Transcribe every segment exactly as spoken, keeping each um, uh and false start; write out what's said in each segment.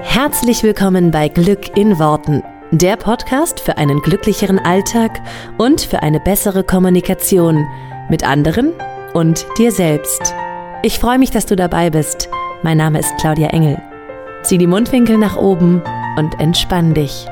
Herzlich willkommen bei Glück in Worten, der Podcast für einen glücklicheren Alltag und für eine bessere Kommunikation mit anderen und dir selbst. Ich freue mich, dass du dabei bist. Mein Name ist Claudia Engel. Zieh die Mundwinkel nach oben und entspann dich.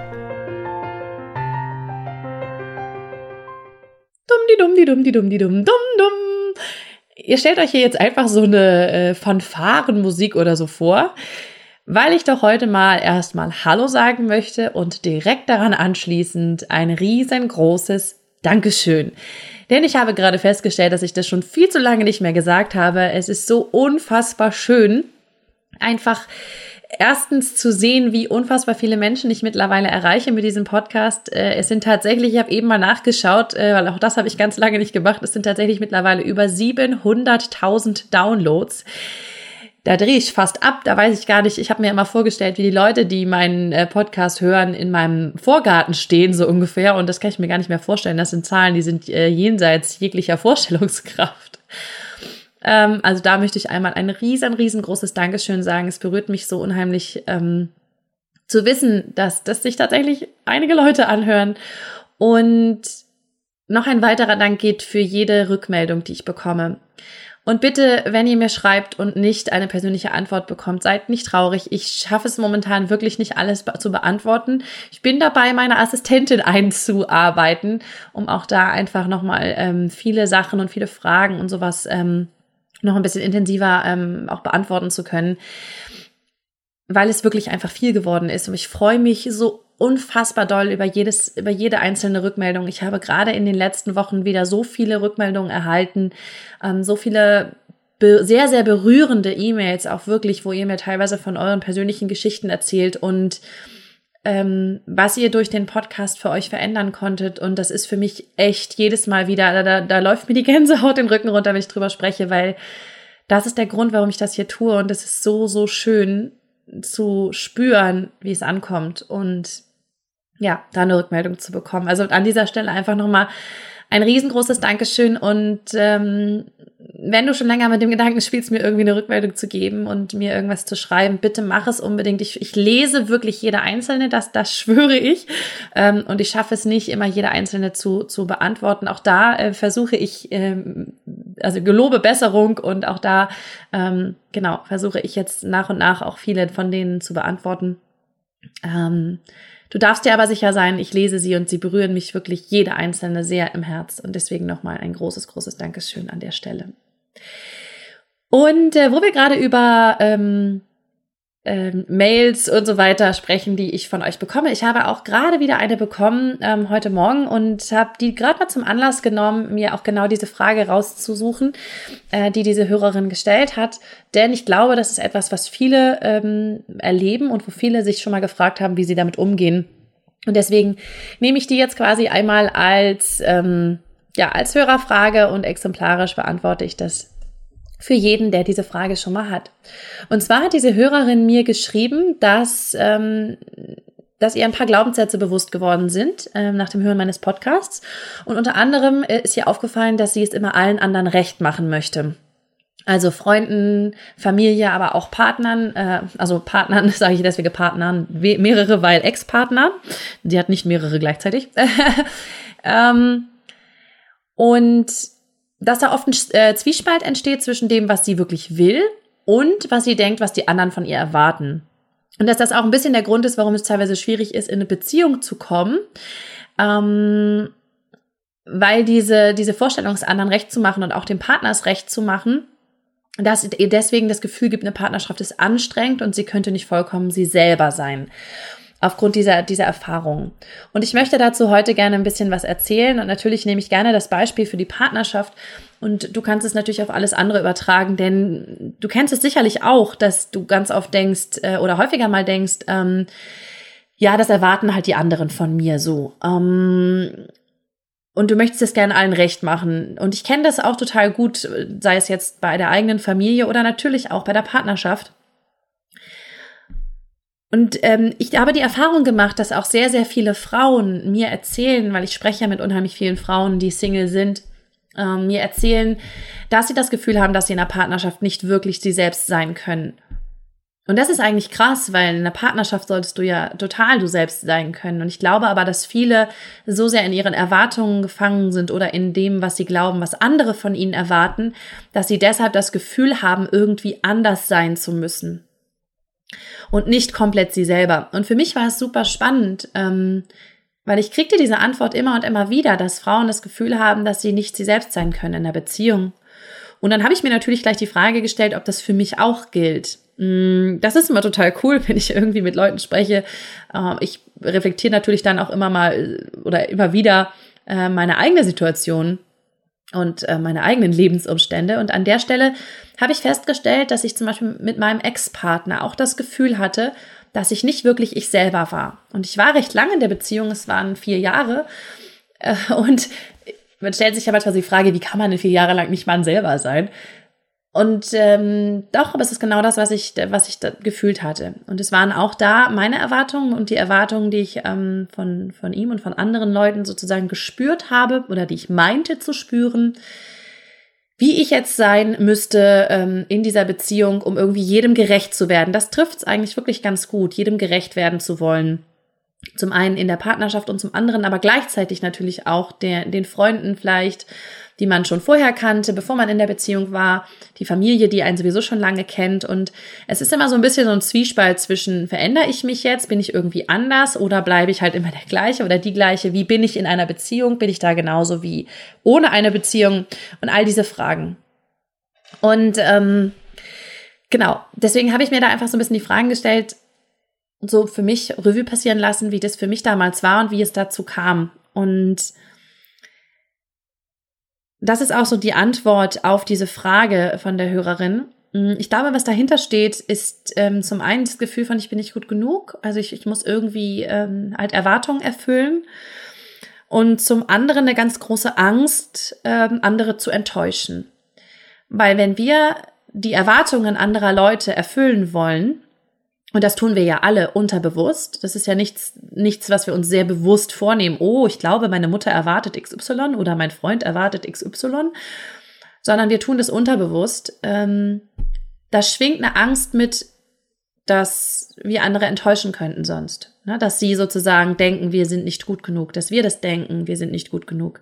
Dumm, die dumm, die dumm, die dumm, dumm, dumm. Ihr stellt euch hier jetzt einfach so eine äh, Fanfarenmusik oder so vor, weil ich doch heute mal erstmal Hallo sagen möchte und direkt daran anschließend ein riesengroßes Dankeschön. Denn ich habe gerade festgestellt, dass ich das schon viel zu lange nicht mehr gesagt habe. Es ist so unfassbar schön, einfach erstens zu sehen, wie unfassbar viele Menschen ich mittlerweile erreiche mit diesem Podcast. Es sind tatsächlich, ich habe eben mal nachgeschaut, weil auch das habe ich ganz lange nicht gemacht, es sind tatsächlich mittlerweile über siebenhunderttausend Downloads. Da drehe ich fast ab, da weiß ich gar nicht, ich habe mir immer vorgestellt, wie die Leute, die meinen Podcast hören, in meinem Vorgarten stehen, so ungefähr. Und das kann ich mir gar nicht mehr vorstellen. Das sind Zahlen, die sind äh, jenseits jeglicher Vorstellungskraft. Ähm, also da möchte ich einmal ein riesen, riesengroßes Dankeschön sagen. Es berührt mich so unheimlich ähm, zu wissen, dass, dass sich tatsächlich einige Leute anhören. Und noch ein weiterer Dank geht für jede Rückmeldung, die ich bekomme. Und bitte, wenn ihr mir schreibt und nicht eine persönliche Antwort bekommt, seid nicht traurig. Ich schaffe es momentan wirklich nicht, alles be- zu beantworten. Ich bin dabei, meine Assistentin einzuarbeiten, um auch da einfach nochmal ähm, viele Sachen und viele Fragen und sowas ähm, noch ein bisschen intensiver ähm, auch beantworten zu können, weil es wirklich einfach viel geworden ist. Und ich freue mich so unfassbar doll über jedes, über jede einzelne Rückmeldung. Ich habe gerade in den letzten Wochen wieder so viele Rückmeldungen erhalten, ähm, so viele be- sehr, sehr berührende E-Mails auch wirklich, wo ihr mir teilweise von euren persönlichen Geschichten erzählt und ähm, was ihr durch den Podcast für euch verändern konntet. Und das ist für mich echt jedes Mal wieder, da, da, da läuft mir die Gänsehaut den Rücken runter, wenn ich drüber spreche, weil das ist der Grund, warum ich das hier tue. Und es ist so, so schön zu spüren, wie es ankommt und ja, da eine Rückmeldung zu bekommen. Also an dieser Stelle einfach nochmal ein riesengroßes Dankeschön und ähm, wenn du schon länger mit dem Gedanken spielst, mir irgendwie eine Rückmeldung zu geben und mir irgendwas zu schreiben, bitte mach es unbedingt. Ich, ich lese wirklich jede einzelne, das, das schwöre ich ähm, und ich schaffe es nicht, immer jede einzelne zu, zu beantworten. Auch da äh, versuche ich, ähm, also gelobe Besserung und auch da, ähm, genau, versuche ich jetzt nach und nach auch viele von denen zu beantworten. Ähm, Du darfst dir aber sicher sein, ich lese sie und sie berühren mich wirklich jede einzelne sehr im Herz. Und deswegen nochmal ein großes, großes Dankeschön an der Stelle. Und äh, wo wir gerade über ähm, ähm, Mails und so weiter sprechen, die ich von euch bekomme. Ich habe auch gerade wieder eine bekommen ähm, heute Morgen und habe die gerade mal zum Anlass genommen, mir auch genau diese Frage rauszusuchen, äh, die diese Hörerin gestellt hat. Denn ich glaube, das ist etwas, was viele ähm, erleben und wo viele sich schon mal gefragt haben, wie sie damit umgehen. Und deswegen nehme ich die jetzt quasi einmal als, ähm, ja, als Hörerfrage und exemplarisch beantworte ich das für jeden, der diese Frage schon mal hat. Und zwar hat diese Hörerin mir geschrieben, dass, ähm, dass ihr ein paar Glaubenssätze bewusst geworden sind ähm, nach dem Hören meines Podcasts. Und unter anderem ist ihr aufgefallen, dass sie es immer allen anderen recht machen möchte. Also Freunden, Familie, aber auch Partnern, äh, also Partnern, sage ich deswegen Partnern, mehrere, weil Ex-Partner. Sie hat nicht mehrere gleichzeitig. ähm, und dass da oft ein äh, Zwiespalt entsteht zwischen dem, was sie wirklich will und was sie denkt, was die anderen von ihr erwarten. Und dass das auch ein bisschen der Grund ist, warum es teilweise schwierig ist, in eine Beziehung zu kommen, ähm, weil diese, diese Vorstellung, es anderen recht zu machen und auch dem Partner es recht zu machen, dass ihr deswegen das Gefühl gibt, eine Partnerschaft ist anstrengend und sie könnte nicht vollkommen sie selber sein. Aufgrund dieser, dieser Erfahrungen. Und ich möchte dazu heute gerne ein bisschen was erzählen. Und natürlich nehme ich gerne das Beispiel für die Partnerschaft. Und du kannst es natürlich auf alles andere übertragen, denn du kennst es sicherlich auch, dass du ganz oft denkst äh, oder häufiger mal denkst, ähm, ja, das erwarten halt die anderen von mir so. Ähm, und du möchtest es gerne allen recht machen. Und ich kenne das auch total gut, sei es jetzt bei der eigenen Familie oder natürlich auch bei der Partnerschaft. Und ähm, ich habe die Erfahrung gemacht, dass auch sehr, sehr viele Frauen mir erzählen, weil ich spreche ja mit unheimlich vielen Frauen, die Single sind, ähm, mir erzählen, dass sie das Gefühl haben, dass sie in einer Partnerschaft nicht wirklich sie selbst sein können. Und das ist eigentlich krass, weil in einer Partnerschaft solltest du ja total du selbst sein können. Und ich glaube aber, dass viele so sehr in ihren Erwartungen gefangen sind oder in dem, was sie glauben, was andere von ihnen erwarten, dass sie deshalb das Gefühl haben, irgendwie anders sein zu müssen. Und nicht komplett sie selber. Und für mich war es super spannend, ähm, weil ich kriegte diese Antwort immer und immer wieder, dass Frauen das Gefühl haben, dass sie nicht sie selbst sein können in der Beziehung. Und dann habe ich mir natürlich gleich die Frage gestellt, ob das für mich auch gilt. Das ist immer total cool, wenn ich irgendwie mit Leuten spreche. Ich reflektiere natürlich dann auch immer mal oder immer wieder meine eigene Situation und meine eigenen Lebensumstände. Und an der Stelle habe ich festgestellt, dass ich zum Beispiel mit meinem Ex-Partner auch das Gefühl hatte, dass ich nicht wirklich ich selber war. Und ich war recht lange in der Beziehung, es waren vier Jahre. Und man stellt sich ja manchmal die Frage, wie kann man denn vier Jahre lang nicht man selber sein? Und ähm, doch, aber es ist genau das, was ich, was ich da gefühlt hatte. Und es waren auch da meine Erwartungen und die Erwartungen, die ich ähm, von, von ihm und von anderen Leuten sozusagen gespürt habe oder die ich meinte zu spüren, wie ich jetzt sein müsste ähm, in dieser Beziehung, um irgendwie jedem gerecht zu werden. Das trifft es eigentlich wirklich ganz gut, jedem gerecht werden zu wollen. Zum einen in der Partnerschaft und zum anderen aber gleichzeitig natürlich auch der, den Freunden vielleicht, die man schon vorher kannte, bevor man in der Beziehung war, die Familie, die einen sowieso schon lange kennt. Und es ist immer so ein bisschen so ein Zwiespalt zwischen, verändere ich mich jetzt, bin ich irgendwie anders oder bleibe ich halt immer der gleiche oder die gleiche? Wie bin ich in einer Beziehung? Bin ich da genauso wie ohne eine Beziehung? Und all diese Fragen. Und ähm, genau, deswegen habe ich mir da einfach so ein bisschen die Fragen gestellt, so für mich Revue passieren lassen, wie das für mich damals war und wie es dazu kam. Und das ist auch so die Antwort auf diese Frage von der Hörerin. Ich glaube, was dahinter steht, ist ähm, zum einen das Gefühl von, ich bin nicht gut genug. Also ich, ich muss irgendwie ähm, halt Erwartungen erfüllen. Und zum anderen eine ganz große Angst, ähm, andere zu enttäuschen. Weil wenn wir die Erwartungen anderer Leute erfüllen wollen, und das tun wir ja alle unterbewusst. Das ist ja nichts, nichts, was wir uns sehr bewusst vornehmen. Oh, ich glaube, meine Mutter erwartet X Y oder mein Freund erwartet X Y. Sondern wir tun das unterbewusst. Ähm, da schwingt eine Angst mit, dass wir andere enttäuschen könnten sonst. Ne? Dass sie sozusagen denken, wir sind nicht gut genug. Dass wir das denken, wir sind nicht gut genug.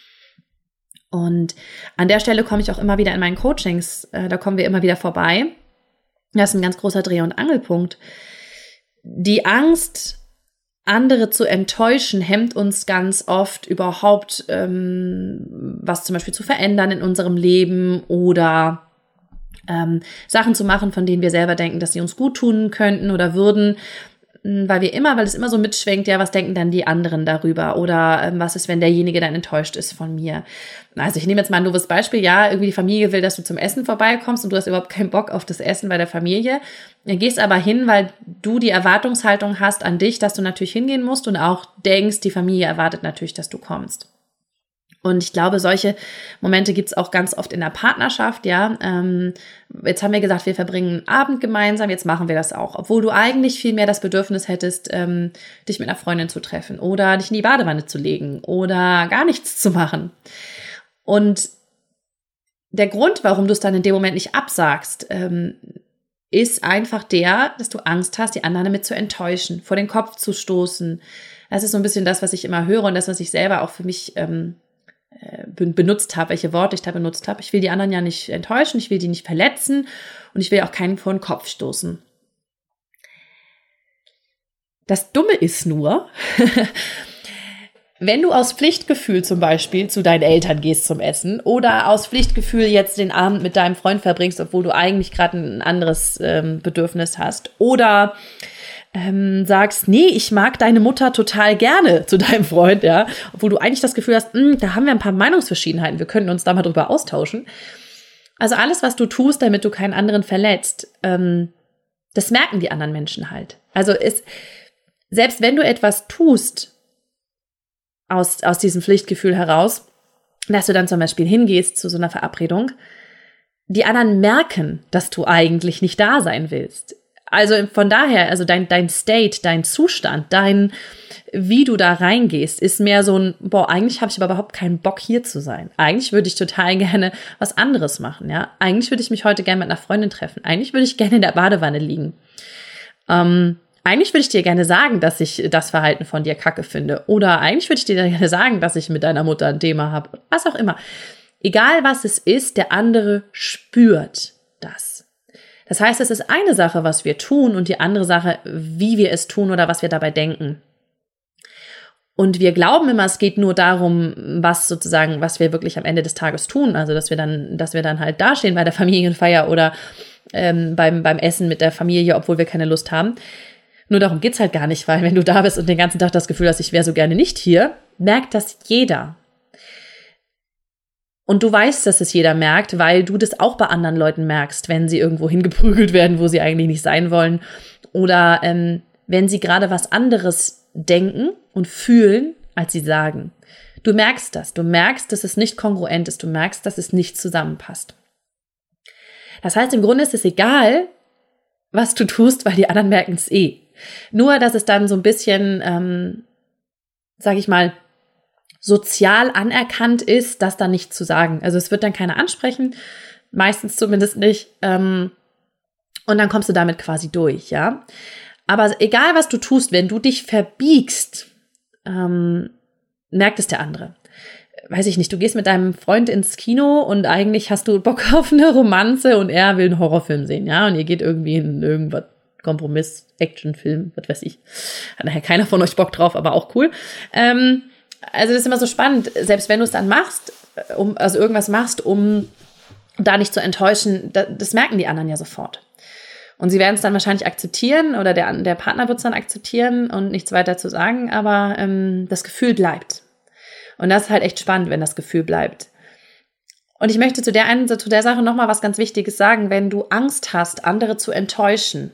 Und an der Stelle komme ich auch immer wieder in meinen Coachings. Äh, da kommen wir immer wieder vorbei. Das ist ein ganz großer Dreh- und Angelpunkt. Die Angst, andere zu enttäuschen, hemmt uns ganz oft überhaupt, ähm, was zum Beispiel zu verändern in unserem Leben oder ähm, Sachen zu machen, von denen wir selber denken, dass sie uns gut tun könnten oder würden, weil wir immer, weil es immer so mitschwenkt, ja, was denken dann die anderen darüber oder ähm, was ist, wenn derjenige dann enttäuscht ist von mir. Also ich nehme jetzt mal ein doofes Beispiel, ja, irgendwie die Familie will, dass du zum Essen vorbeikommst und du hast überhaupt keinen Bock auf das Essen bei der Familie. Du gehst aber hin, weil du die Erwartungshaltung hast an dich, dass du natürlich hingehen musst und auch denkst, die Familie erwartet natürlich, dass du kommst. Und ich glaube, solche Momente gibt es auch ganz oft in der Partnerschaft, ja. Ähm, jetzt haben wir gesagt, wir verbringen einen Abend gemeinsam, jetzt machen wir das auch. Obwohl du eigentlich viel mehr das Bedürfnis hättest, ähm, dich mit einer Freundin zu treffen oder dich in die Badewanne zu legen oder gar nichts zu machen. Und der Grund, warum du es dann in dem Moment nicht absagst, ähm, ist einfach der, dass du Angst hast, die anderen damit zu enttäuschen, vor den Kopf zu stoßen. Das ist so ein bisschen das, was ich immer höre und das, was ich selber auch für mich ähm, benutzt habe, welche Worte ich da benutzt habe. Ich will die anderen ja nicht enttäuschen, ich will die nicht verletzen und ich will auch keinen vor den Kopf stoßen. Das Dumme ist nur, wenn du aus Pflichtgefühl zum Beispiel zu deinen Eltern gehst zum Essen oder aus Pflichtgefühl jetzt den Abend mit deinem Freund verbringst, obwohl du eigentlich gerade ein anderes ähm, Bedürfnis hast oder Ähm, sagst, nee, ich mag deine Mutter total gerne zu deinem Freund, ja, obwohl du eigentlich das Gefühl hast, da haben wir ein paar Meinungsverschiedenheiten, wir können uns da mal drüber austauschen. Also alles, was du tust, damit du keinen anderen verletzt, ähm, das merken die anderen Menschen halt. Also es, selbst wenn du etwas tust aus, aus diesem Pflichtgefühl heraus, dass du dann zum Beispiel hingehst zu so einer Verabredung, die anderen merken, dass du eigentlich nicht da sein willst. Also von daher, also dein, dein State, dein Zustand, dein, wie du da reingehst, ist mehr so ein, boah, eigentlich habe ich aber überhaupt keinen Bock, hier zu sein. Eigentlich würde ich total gerne was anderes machen, ja. Eigentlich würde ich mich heute gerne mit einer Freundin treffen. Eigentlich würde ich gerne in der Badewanne liegen. Ähm, eigentlich würde ich dir gerne sagen, dass ich das Verhalten von dir kacke finde. Oder eigentlich würde ich dir gerne sagen, dass ich mit deiner Mutter ein Thema habe. Was auch immer. Egal was es ist, der andere spürt das. Das heißt, es ist eine Sache, was wir tun und die andere Sache, wie wir es tun oder was wir dabei denken. Und wir glauben immer, es geht nur darum, was sozusagen, was wir wirklich am Ende des Tages tun. Also, dass wir dann, dass wir dann halt dastehen bei der Familienfeier oder ähm, beim, beim Essen mit der Familie, obwohl wir keine Lust haben. Nur darum geht's halt gar nicht, weil wenn du da bist und den ganzen Tag das Gefühl hast, ich wäre so gerne nicht hier, merkt das jeder. Und du weißt, dass es jeder merkt, weil du das auch bei anderen Leuten merkst, wenn sie irgendwo hingeprügelt werden, wo sie eigentlich nicht sein wollen. Oder ähm, wenn sie gerade was anderes denken und fühlen, als sie sagen. Du merkst das. Du merkst, dass es nicht kongruent ist. Du merkst, dass es nicht zusammenpasst. Das heißt, im Grunde ist es egal, was du tust, weil die anderen merken es eh. Nur, dass es dann so ein bisschen, ähm, sag ich mal, sozial anerkannt ist, das dann nicht zu sagen. Also es wird dann keiner ansprechen, meistens zumindest nicht. Ähm, und dann kommst du damit quasi durch, ja. Aber egal, was du tust, wenn du dich verbiegst, ähm, merkt es der andere. Weiß ich nicht, du gehst mit deinem Freund ins Kino und eigentlich hast du Bock auf eine Romanze und er will einen Horrorfilm sehen, ja. Und ihr geht irgendwie in irgendwas, Kompromiss, Actionfilm, was weiß ich. Hat nachher keiner von euch Bock drauf, aber auch cool. Ähm, Also das ist immer so spannend, selbst wenn du es dann machst, um, also irgendwas machst, um da nicht zu enttäuschen, das, das merken die anderen ja sofort. Und sie werden es dann wahrscheinlich akzeptieren oder der, der Partner wird es dann akzeptieren und nichts weiter zu sagen, aber ähm, das Gefühl bleibt. Und das ist halt echt spannend, wenn das Gefühl bleibt. Und ich möchte zu der, einen, zu der Sache nochmal was ganz Wichtiges sagen, wenn du Angst hast, andere zu enttäuschen,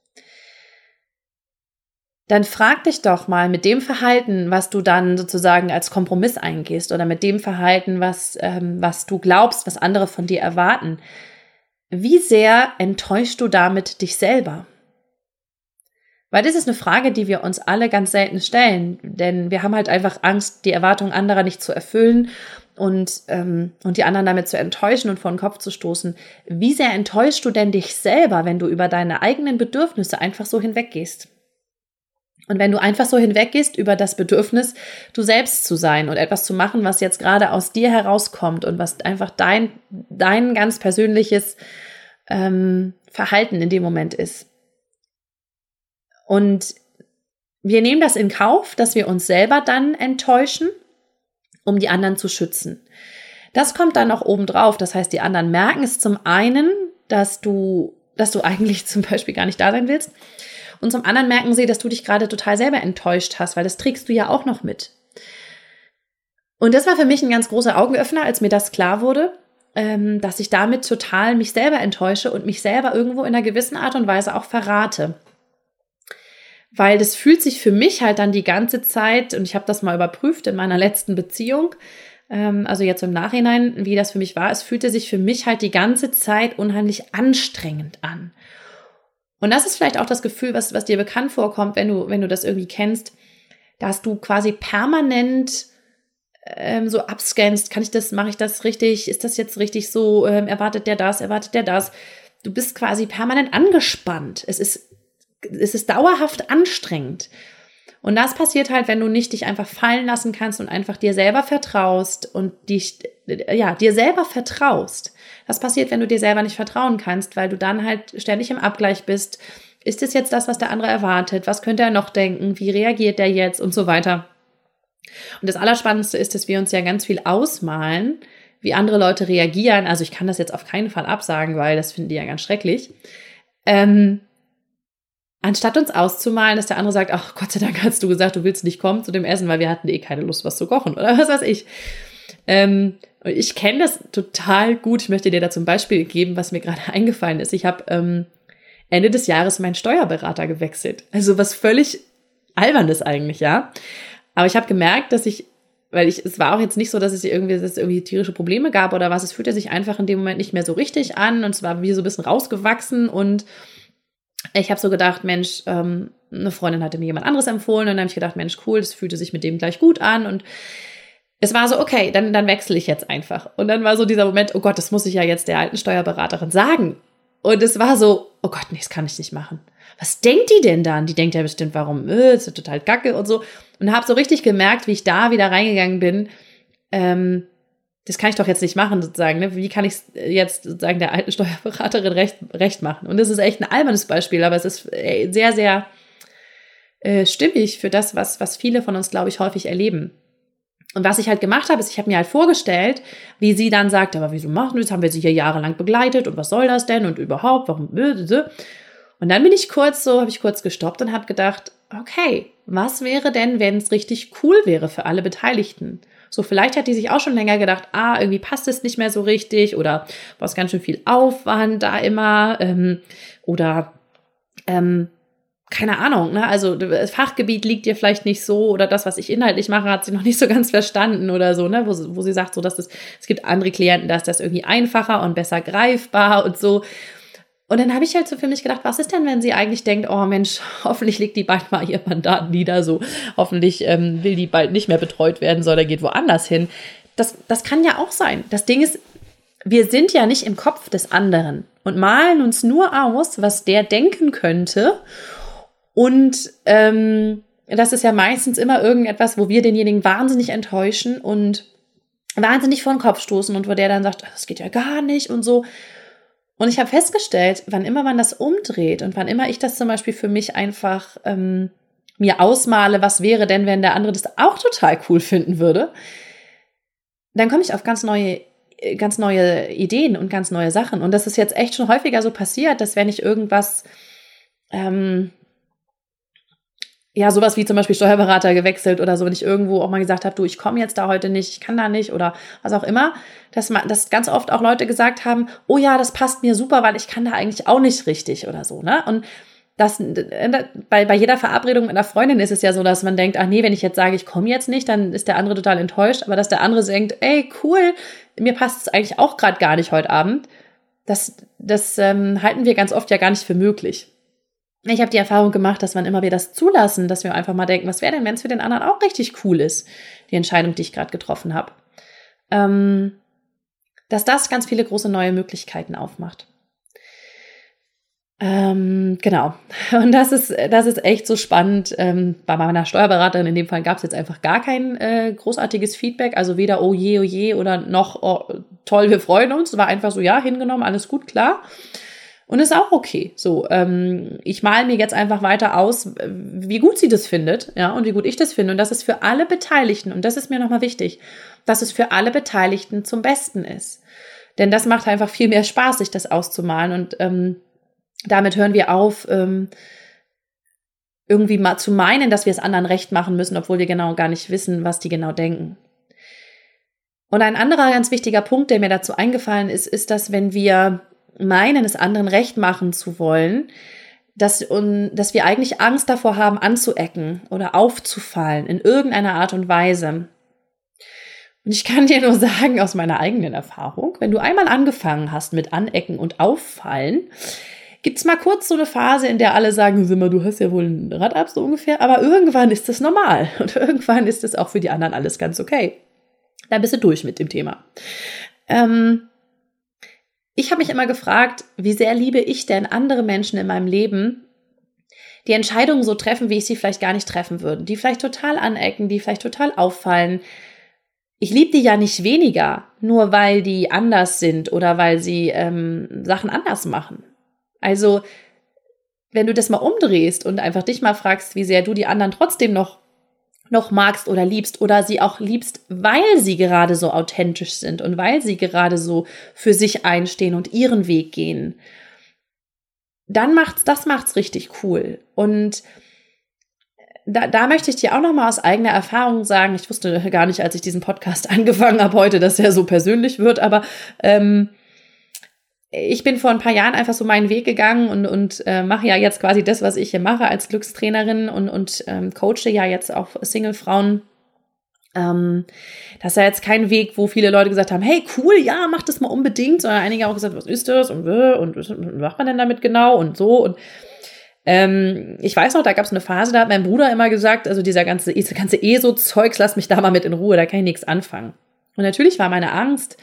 dann frag dich doch mal mit dem Verhalten, was du dann sozusagen als Kompromiss eingehst oder mit dem Verhalten, was, ähm, was du glaubst, was andere von dir erwarten, wie sehr enttäuschst du damit dich selber? Weil das ist eine Frage, die wir uns alle ganz selten stellen, denn wir haben halt einfach Angst, die Erwartungen anderer nicht zu erfüllen und, ähm, und die anderen damit zu enttäuschen und vor den Kopf zu stoßen. Wie sehr enttäuschst du denn dich selber, wenn du über deine eigenen Bedürfnisse einfach so hinweggehst? Und wenn du einfach so hinweggehst über das Bedürfnis, du selbst zu sein und etwas zu machen, was jetzt gerade aus dir herauskommt und was einfach dein, dein ganz persönliches ähm, Verhalten in dem Moment ist. Und wir nehmen das in Kauf, dass wir uns selber dann enttäuschen, um die anderen zu schützen. Das kommt dann noch oben drauf. Das heißt, die anderen merken es zum einen, dass du, dass du eigentlich zum Beispiel gar nicht da sein willst. Und zum anderen merken sie, dass du dich gerade total selber enttäuscht hast, weil das trägst du ja auch noch mit. Und das war für mich ein ganz großer Augenöffner, als mir das klar wurde, ähm, dass ich damit total mich selber enttäusche und mich selber irgendwo in einer gewissen Art und Weise auch verrate. Weil das fühlt sich für mich halt dann die ganze Zeit, und ich habe das mal überprüft in meiner letzten Beziehung, ähm, also jetzt im Nachhinein, wie das für mich war, es fühlte sich für mich halt die ganze Zeit unheimlich anstrengend an. Und das ist vielleicht auch das Gefühl, was, was dir bekannt vorkommt, wenn du, wenn du das irgendwie kennst, dass du quasi permanent ähm, so abscannst. Kann ich das, mache ich das richtig? Ist das jetzt richtig so? Ähm, erwartet der das? Erwartet der das? Du bist quasi permanent angespannt. Es ist, es ist dauerhaft anstrengend. Und das passiert halt, wenn du nicht dich einfach fallen lassen kannst und einfach dir selber vertraust und dich, ja, dir selber vertraust. Das passiert, wenn du dir selber nicht vertrauen kannst, weil du dann halt ständig im Abgleich bist. Ist es jetzt das, was der andere erwartet? Was könnte er noch denken? Wie reagiert der jetzt? Und so weiter. Und das Allerspannendste ist, dass wir uns ja ganz viel ausmalen, wie andere Leute reagieren. Also ich kann das jetzt auf keinen Fall absagen, weil das finden die ja ganz schrecklich. Ähm, Anstatt uns auszumalen, dass der andere sagt, ach Gott sei Dank hast du gesagt, du willst nicht kommen zu dem Essen, weil wir hatten eh keine Lust, was zu kochen oder was weiß ich. Ähm, ich kenne das total gut. Ich möchte dir da zum Beispiel geben, was mir gerade eingefallen ist. Ich habe ähm, Ende des Jahres meinen Steuerberater gewechselt. Also was völlig Albernes eigentlich, ja. Aber ich habe gemerkt, dass ich, weil ich, es war auch jetzt nicht so, dass es irgendwie, dass es irgendwie tierische Probleme gab oder was. Es fühlte sich einfach in dem Moment nicht mehr so richtig an und es war wie so ein bisschen rausgewachsen und ich habe so gedacht, Mensch, ähm, eine Freundin hatte mir jemand anderes empfohlen und dann habe ich gedacht, Mensch, cool, das fühlte sich mit dem gleich gut an und es war so, okay, dann, dann wechsle ich jetzt einfach. Und dann war so dieser Moment, oh Gott, das muss ich ja jetzt der alten Steuerberaterin sagen. Und es war so, oh Gott, nee, das kann ich nicht machen. Was denkt die denn dann? Die denkt ja bestimmt, warum, äh, das ist total kacke und so. Und habe so richtig gemerkt, wie ich da wieder reingegangen bin, ähm, das kann ich doch jetzt nicht machen, sozusagen. Ne? Wie kann ich jetzt sozusagen der alten Steuerberaterin recht, recht machen? Und das ist echt ein albernes Beispiel, aber es ist sehr, sehr äh, stimmig für das, was, was viele von uns, glaube ich, häufig erleben. Und was ich halt gemacht habe, ist, ich habe mir halt vorgestellt, wie sie dann sagt, aber wieso machen wir das? Haben wir sie hier jahrelang begleitet und was soll das denn? Und überhaupt, warum? Und dann bin ich kurz so, habe ich kurz gestoppt und habe gedacht, okay, was wäre denn, wenn es richtig cool wäre für alle Beteiligten? So, vielleicht hat die sich auch schon länger gedacht, ah, irgendwie passt es nicht mehr so richtig oder war es ganz schön viel Aufwand da immer ähm, oder ähm, keine Ahnung, ne? Also das Fachgebiet liegt ihr vielleicht nicht so oder das, was ich inhaltlich mache, hat sie noch nicht so ganz verstanden oder so, ne? Wo, wo sie sagt, so dass es, es gibt andere Klienten, da ist das irgendwie einfacher und besser greifbar und so. Und dann habe ich halt so für mich gedacht, was ist denn, wenn sie eigentlich denkt, oh Mensch, hoffentlich legt die bald mal ihr Mandat nieder, so hoffentlich ähm, will die bald nicht mehr betreut werden, sondern geht woanders hin. Das, das kann ja auch sein. Das Ding ist, wir sind ja nicht im Kopf des anderen und malen uns nur aus, was der denken könnte. Und ähm, das ist ja meistens immer irgendetwas, wo wir denjenigen wahnsinnig enttäuschen und wahnsinnig vor den Kopf stoßen und wo der dann sagt, das geht ja gar nicht und so. Und ich habe festgestellt, wann immer man das umdreht und wann immer ich das zum Beispiel für mich einfach ähm, mir ausmale, was wäre denn, wenn der andere das auch total cool finden würde, dann komme ich auf ganz neue, ganz neue Ideen und ganz neue Sachen. Und das ist jetzt echt schon häufiger so passiert, dass wenn ich irgendwas, ähm, ja, sowas wie zum Beispiel Steuerberater gewechselt oder so, wenn ich irgendwo auch mal gesagt habe, du, ich komme jetzt da heute nicht, ich kann da nicht oder was auch immer, dass, man, dass ganz oft auch Leute gesagt haben, oh ja, das passt mir super, weil ich kann da eigentlich auch nicht richtig oder so, ne? Und das, bei, bei jeder Verabredung mit einer Freundin ist es ja so, dass man denkt, ach nee, wenn ich jetzt sage, ich komme jetzt nicht, dann ist der andere total enttäuscht, aber dass der andere denkt, ey, cool, mir passt es eigentlich auch gerade gar nicht heute Abend, das, das ähm, halten wir ganz oft ja gar nicht für möglich. Ich habe die Erfahrung gemacht, dass wann immer wir das zulassen, dass wir einfach mal denken, was wäre denn, wenn es für den anderen auch richtig cool ist, die Entscheidung, die ich gerade getroffen habe. Ähm, dass das ganz viele große neue Möglichkeiten aufmacht. Ähm, genau. Und das ist, das ist echt so spannend. Ähm, bei meiner Steuerberaterin in dem Fall gab es jetzt einfach gar kein äh, großartiges Feedback. Also weder oh je, oh je oder noch oh, toll, wir freuen uns. Es war einfach so, ja, hingenommen, alles gut, klar. Und ist auch okay. So, ähm, ich male mir jetzt einfach weiter aus, wie gut sie das findet, ja, und wie gut ich das finde. Und dass es für alle Beteiligten, und das ist mir nochmal wichtig, dass es für alle Beteiligten zum Besten ist. Denn das macht einfach viel mehr Spaß, sich das auszumalen. Und ähm, damit hören wir auf, ähm, irgendwie mal zu meinen, dass wir es anderen recht machen müssen, obwohl wir genau gar nicht wissen, was die genau denken. Und ein anderer ganz wichtiger Punkt, der mir dazu eingefallen ist, ist, dass wenn wir meinen, es anderen recht machen zu wollen, dass, um, dass wir eigentlich Angst davor haben, anzuecken oder aufzufallen in irgendeiner Art und Weise. Und ich kann dir nur sagen, aus meiner eigenen Erfahrung, wenn du einmal angefangen hast mit Anecken und Auffallen, gibt's mal kurz so eine Phase, in der alle sagen, Simmer, du hast ja wohl ein Rad ab, so ungefähr, aber irgendwann ist das normal und irgendwann ist es auch für die anderen alles ganz okay. Dann bist du durch mit dem Thema. Ähm, Ich habe mich immer gefragt, wie sehr liebe ich denn andere Menschen in meinem Leben, die Entscheidungen so treffen, wie ich sie vielleicht gar nicht treffen würde, die vielleicht total anecken, die vielleicht total auffallen. Ich liebe die ja nicht weniger, nur weil die anders sind oder weil sie ähm, Sachen anders machen. Also, wenn du das mal umdrehst und einfach dich mal fragst, wie sehr du die anderen trotzdem noch noch magst oder liebst oder sie auch liebst, weil sie gerade so authentisch sind und weil sie gerade so für sich einstehen und ihren Weg gehen, dann macht's, das macht's richtig cool. Und da, da möchte ich dir auch noch mal aus eigener Erfahrung sagen, ich wusste gar nicht, als ich diesen Podcast angefangen habe heute, dass er so persönlich wird, aber ähm, ich bin vor ein paar Jahren einfach so meinen Weg gegangen und, und äh, mache ja jetzt quasi das, was ich hier mache als Glückstrainerin und, und ähm, coache ja jetzt auch Single-Frauen. Ähm, das ist ja jetzt kein Weg, wo viele Leute gesagt haben, hey, cool, ja, mach das mal unbedingt, sondern einige auch gesagt, was ist das und, und was macht man denn damit genau und so. Und Ähm, ich weiß noch, da gab es eine Phase, da hat mein Bruder immer gesagt, also dieser ganze, diese ganze E S O-Zeugs, lass mich da mal mit in Ruhe, da kann ich nichts anfangen. Und natürlich war meine Angst,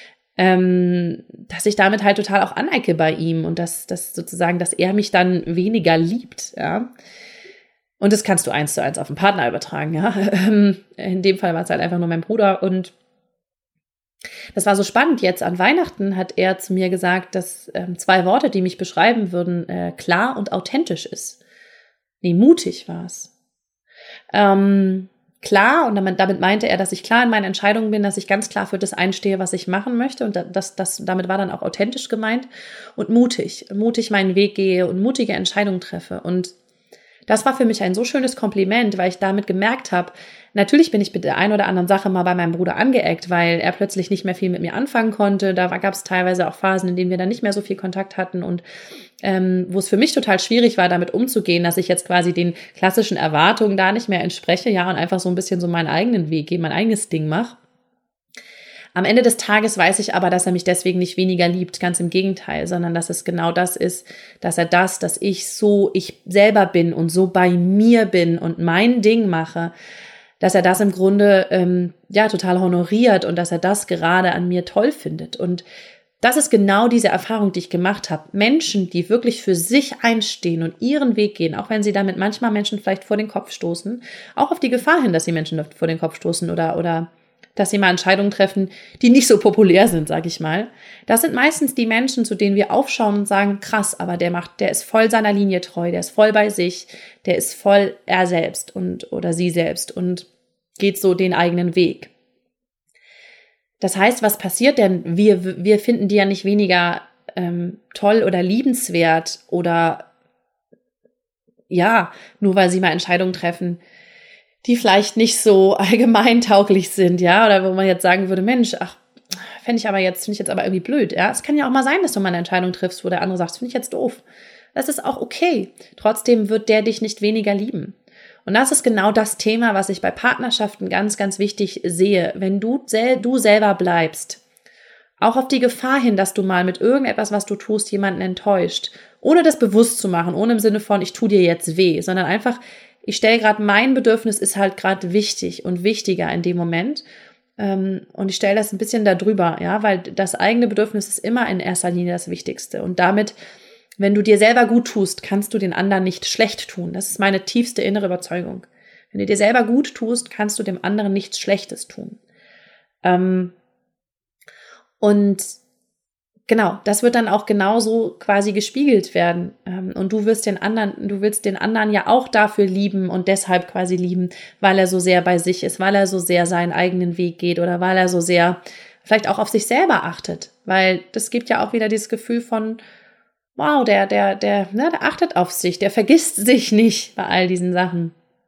ähm, dass ich damit halt total auch anecke bei ihm und dass, dass sozusagen, dass er mich dann weniger liebt, ja. Und das kannst du eins zu eins auf den Partner übertragen, ja. In dem Fall war es halt einfach nur mein Bruder und das war so spannend. Jetzt an Weihnachten hat er zu mir gesagt, dass ähm, zwei Worte, die mich beschreiben würden, äh, klar und authentisch ist. Nee, mutig war es. Ähm, klar, und damit, damit meinte er, dass ich klar in meinen Entscheidungen bin, dass ich ganz klar für das einstehe, was ich machen möchte. Und das, das, damit war dann auch authentisch gemeint. Und mutig, mutig meinen Weg gehe und mutige Entscheidungen treffe. Und das war für mich ein so schönes Kompliment, weil ich damit gemerkt habe, natürlich bin ich mit der einen oder anderen Sache mal bei meinem Bruder angeeckt, weil er plötzlich nicht mehr viel mit mir anfangen konnte. Da gab es teilweise auch Phasen, in denen wir dann nicht mehr so viel Kontakt hatten und ähm, wo es für mich total schwierig war, damit umzugehen, dass ich jetzt quasi den klassischen Erwartungen da nicht mehr entspreche, ja, und einfach so ein bisschen so meinen eigenen Weg gehe, mein eigenes Ding mache. Am Ende des Tages weiß ich aber, dass er mich deswegen nicht weniger liebt, ganz im Gegenteil, sondern dass es genau das ist, dass er das, dass ich so ich selber bin und so bei mir bin und mein Ding mache, dass er das im Grunde ähm, ja total honoriert und dass er das gerade an mir toll findet. Und das ist genau diese Erfahrung, die ich gemacht habe. Menschen, die wirklich für sich einstehen und ihren Weg gehen, auch wenn sie damit manchmal Menschen vielleicht vor den Kopf stoßen, auch auf die Gefahr hin, dass sie Menschen vor den Kopf stoßen oder oder dass sie mal Entscheidungen treffen, die nicht so populär sind, sag ich mal. Das sind meistens die Menschen, zu denen wir aufschauen und sagen, krass, aber der macht, der ist voll seiner Linie treu, der ist voll bei sich, der ist voll er selbst und oder sie selbst und geht so den eigenen Weg. Das heißt, was passiert denn? Wir, wir finden die ja nicht weniger ähm, toll oder liebenswert oder ja, nur weil sie mal Entscheidungen treffen, die vielleicht nicht so allgemeintauglich sind, ja, oder wo man jetzt sagen würde, Mensch, ach, fände ich aber jetzt, finde ich jetzt aber irgendwie blöd, ja. Es kann ja auch mal sein, dass du mal eine Entscheidung triffst, wo der andere sagt, das finde ich jetzt doof. Das ist auch okay. Trotzdem wird der dich nicht weniger lieben. Und das ist genau das Thema, was ich bei Partnerschaften ganz, ganz wichtig sehe. Wenn du, sel- du selber bleibst, auch auf die Gefahr hin, dass du mal mit irgendetwas, was du tust, jemanden enttäuscht, ohne das bewusst zu machen, ohne im Sinne von, ich tue dir jetzt weh, sondern einfach, ich stelle gerade, mein Bedürfnis ist halt gerade wichtig und wichtiger in dem Moment. Ähm, und ich stelle das ein bisschen da drüber, ja, weil das eigene Bedürfnis ist immer in erster Linie das Wichtigste. Und damit, wenn du dir selber gut tust, kannst du den anderen nicht schlecht tun. Das ist meine tiefste innere Überzeugung. Wenn du dir selber gut tust, kannst du dem anderen nichts Schlechtes tun. Ähm, und Genau, das wird dann auch genauso quasi gespiegelt werden. Und du wirst den anderen, du willst den anderen ja auch dafür lieben und deshalb quasi lieben, weil er so sehr bei sich ist, weil er so sehr seinen eigenen Weg geht oder weil er so sehr vielleicht auch auf sich selber achtet. Weil das gibt ja auch wieder dieses Gefühl von, wow, der, der, der, ne, der achtet auf sich, der vergisst sich nicht bei all diesen Sachen.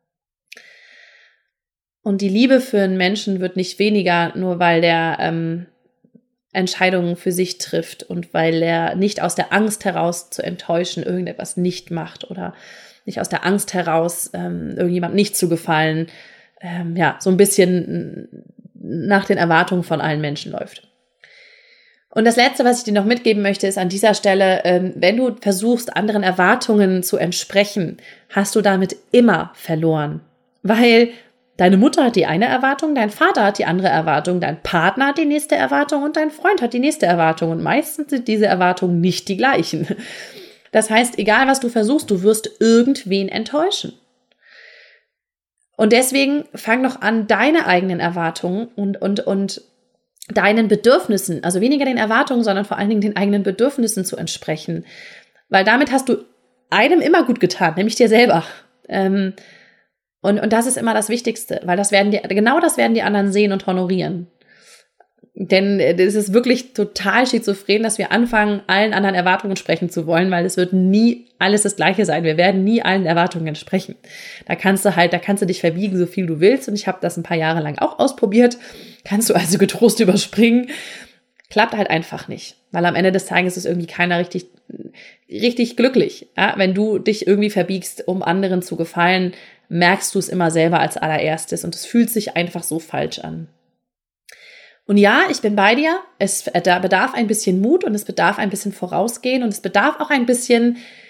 Und die Liebe für einen Menschen wird nicht weniger, nur weil der, ähm, Entscheidungen für sich trifft und weil er nicht aus der Angst heraus zu enttäuschen irgendetwas nicht macht oder nicht aus der Angst heraus ähm, irgendjemand nicht zu gefallen, ähm, ja, so ein bisschen nach den Erwartungen von allen Menschen läuft. Und das Letzte, was ich dir noch mitgeben möchte, ist an dieser Stelle, ähm, wenn du versuchst, anderen Erwartungen zu entsprechen, hast du damit immer verloren, weil deine Mutter hat die eine Erwartung, dein Vater hat die andere Erwartung, dein Partner hat die nächste Erwartung und dein Freund hat die nächste Erwartung. Und meistens sind diese Erwartungen nicht die gleichen. Das heißt, egal was du versuchst, du wirst irgendwen enttäuschen. Und deswegen fang doch an, deine eigenen Erwartungen und, und, und deinen Bedürfnissen, also weniger den Erwartungen, sondern vor allen Dingen den eigenen Bedürfnissen zu entsprechen. Weil damit hast du einem immer gut getan, nämlich dir selber. Ähm, Und, und das ist immer das Wichtigste, weil das werden die, genau das werden die anderen sehen und honorieren. Denn es ist wirklich total schizophren, dass wir anfangen, allen anderen Erwartungen entsprechen zu wollen, weil es wird nie alles das Gleiche sein. Wir werden nie allen Erwartungen entsprechen. Da kannst du halt, da kannst du dich verbiegen, so viel du willst. Und ich habe das ein paar Jahre lang auch ausprobiert. Kannst du also getrost überspringen. Klappt halt einfach nicht, weil am Ende des Tages ist irgendwie keiner richtig, richtig glücklich. Ja? Wenn du dich irgendwie verbiegst, um anderen zu gefallen, merkst du es immer selber als allererstes und es fühlt sich einfach so falsch an. Und ja, ich bin bei dir, es bedarf ein bisschen Mut und es bedarf ein bisschen Vorausgehen und es bedarf auch ein bisschen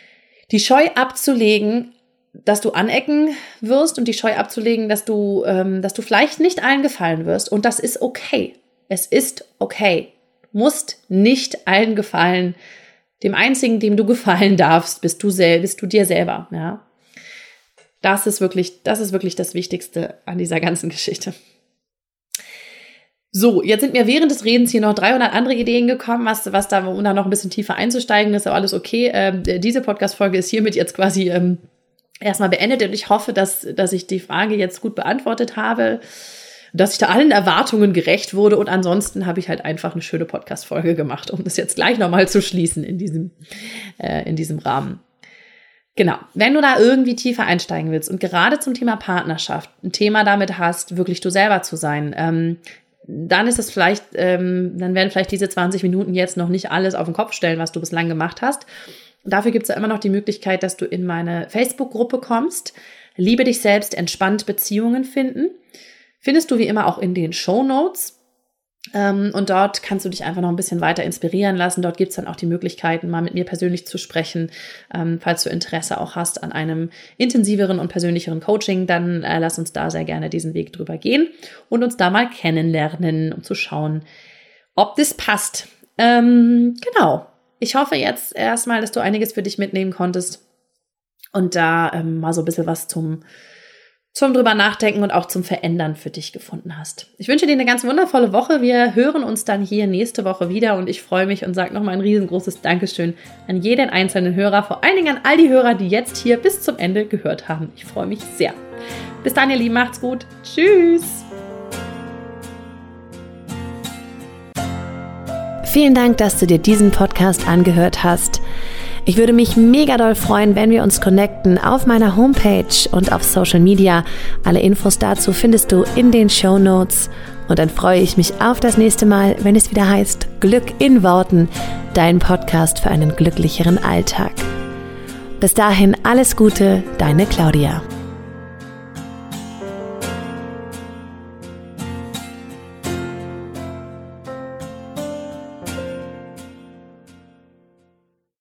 Die Scheu abzulegen, dass du anecken wirst und die Scheu abzulegen, dass du, ähm, dass du vielleicht nicht allen gefallen wirst. Und das ist okay. Es ist okay. Du musst nicht allen gefallen. Dem einzigen, dem du gefallen darfst, bist du selbst, bist du dir selber. Ja, das ist wirklich, das ist wirklich das Wichtigste an dieser ganzen Geschichte. So, jetzt sind mir während des Redens hier noch dreihundert andere Ideen gekommen, was, was da, um da noch ein bisschen tiefer einzusteigen, ist aber alles okay. Ähm, diese Podcast-Folge ist hiermit jetzt quasi ähm, erstmal beendet und ich hoffe, dass, dass ich die Frage jetzt gut beantwortet habe, dass ich da allen Erwartungen gerecht wurde und ansonsten habe ich halt einfach eine schöne Podcast-Folge gemacht, um das jetzt gleich nochmal zu schließen in diesem, äh, in diesem Rahmen. Genau, wenn du da irgendwie tiefer einsteigen willst und gerade zum Thema Partnerschaft ein Thema damit hast, wirklich du selber zu sein, ähm, dann ist es vielleicht, ähm, dann werden vielleicht diese zwanzig Minuten jetzt noch nicht alles auf den Kopf stellen, was du bislang gemacht hast. Dafür gibt es ja immer noch die Möglichkeit, dass du in meine Facebook-Gruppe kommst. Liebe dich selbst, entspannt Beziehungen finden. Findest du wie immer auch in den Shownotes. Ähm, und dort kannst du dich einfach noch ein bisschen weiter inspirieren lassen. Dort gibt es dann auch die Möglichkeiten, mal mit mir persönlich zu sprechen. Ähm, falls du Interesse auch hast an einem intensiveren und persönlicheren Coaching, dann äh, lass uns da sehr gerne diesen Weg drüber gehen und uns da mal kennenlernen, um zu schauen, ob das passt. Ähm, genau. Ich hoffe jetzt erstmal, dass du einiges für dich mitnehmen konntest und da ähm, mal so ein bisschen was zum zum drüber nachdenken und auch zum Verändern für dich gefunden hast. Ich wünsche dir eine ganz wundervolle Woche. Wir hören uns dann hier nächste Woche wieder und ich freue mich und sage nochmal ein riesengroßes Dankeschön an jeden einzelnen Hörer, vor allen Dingen an all die Hörer, die jetzt hier bis zum Ende gehört haben. Ich freue mich sehr. Bis dann, ihr Lieben, macht's gut. Tschüss. Vielen Dank, dass du dir diesen Podcast angehört hast. Ich würde mich mega doll freuen, wenn wir uns connecten auf meiner Homepage und auf Social Media. Alle Infos dazu findest du in den Shownotes. Und dann freue ich mich auf das nächste Mal, wenn es wieder heißt Glück in Worten, dein Podcast für einen glücklicheren Alltag. Bis dahin alles Gute, deine Claudia.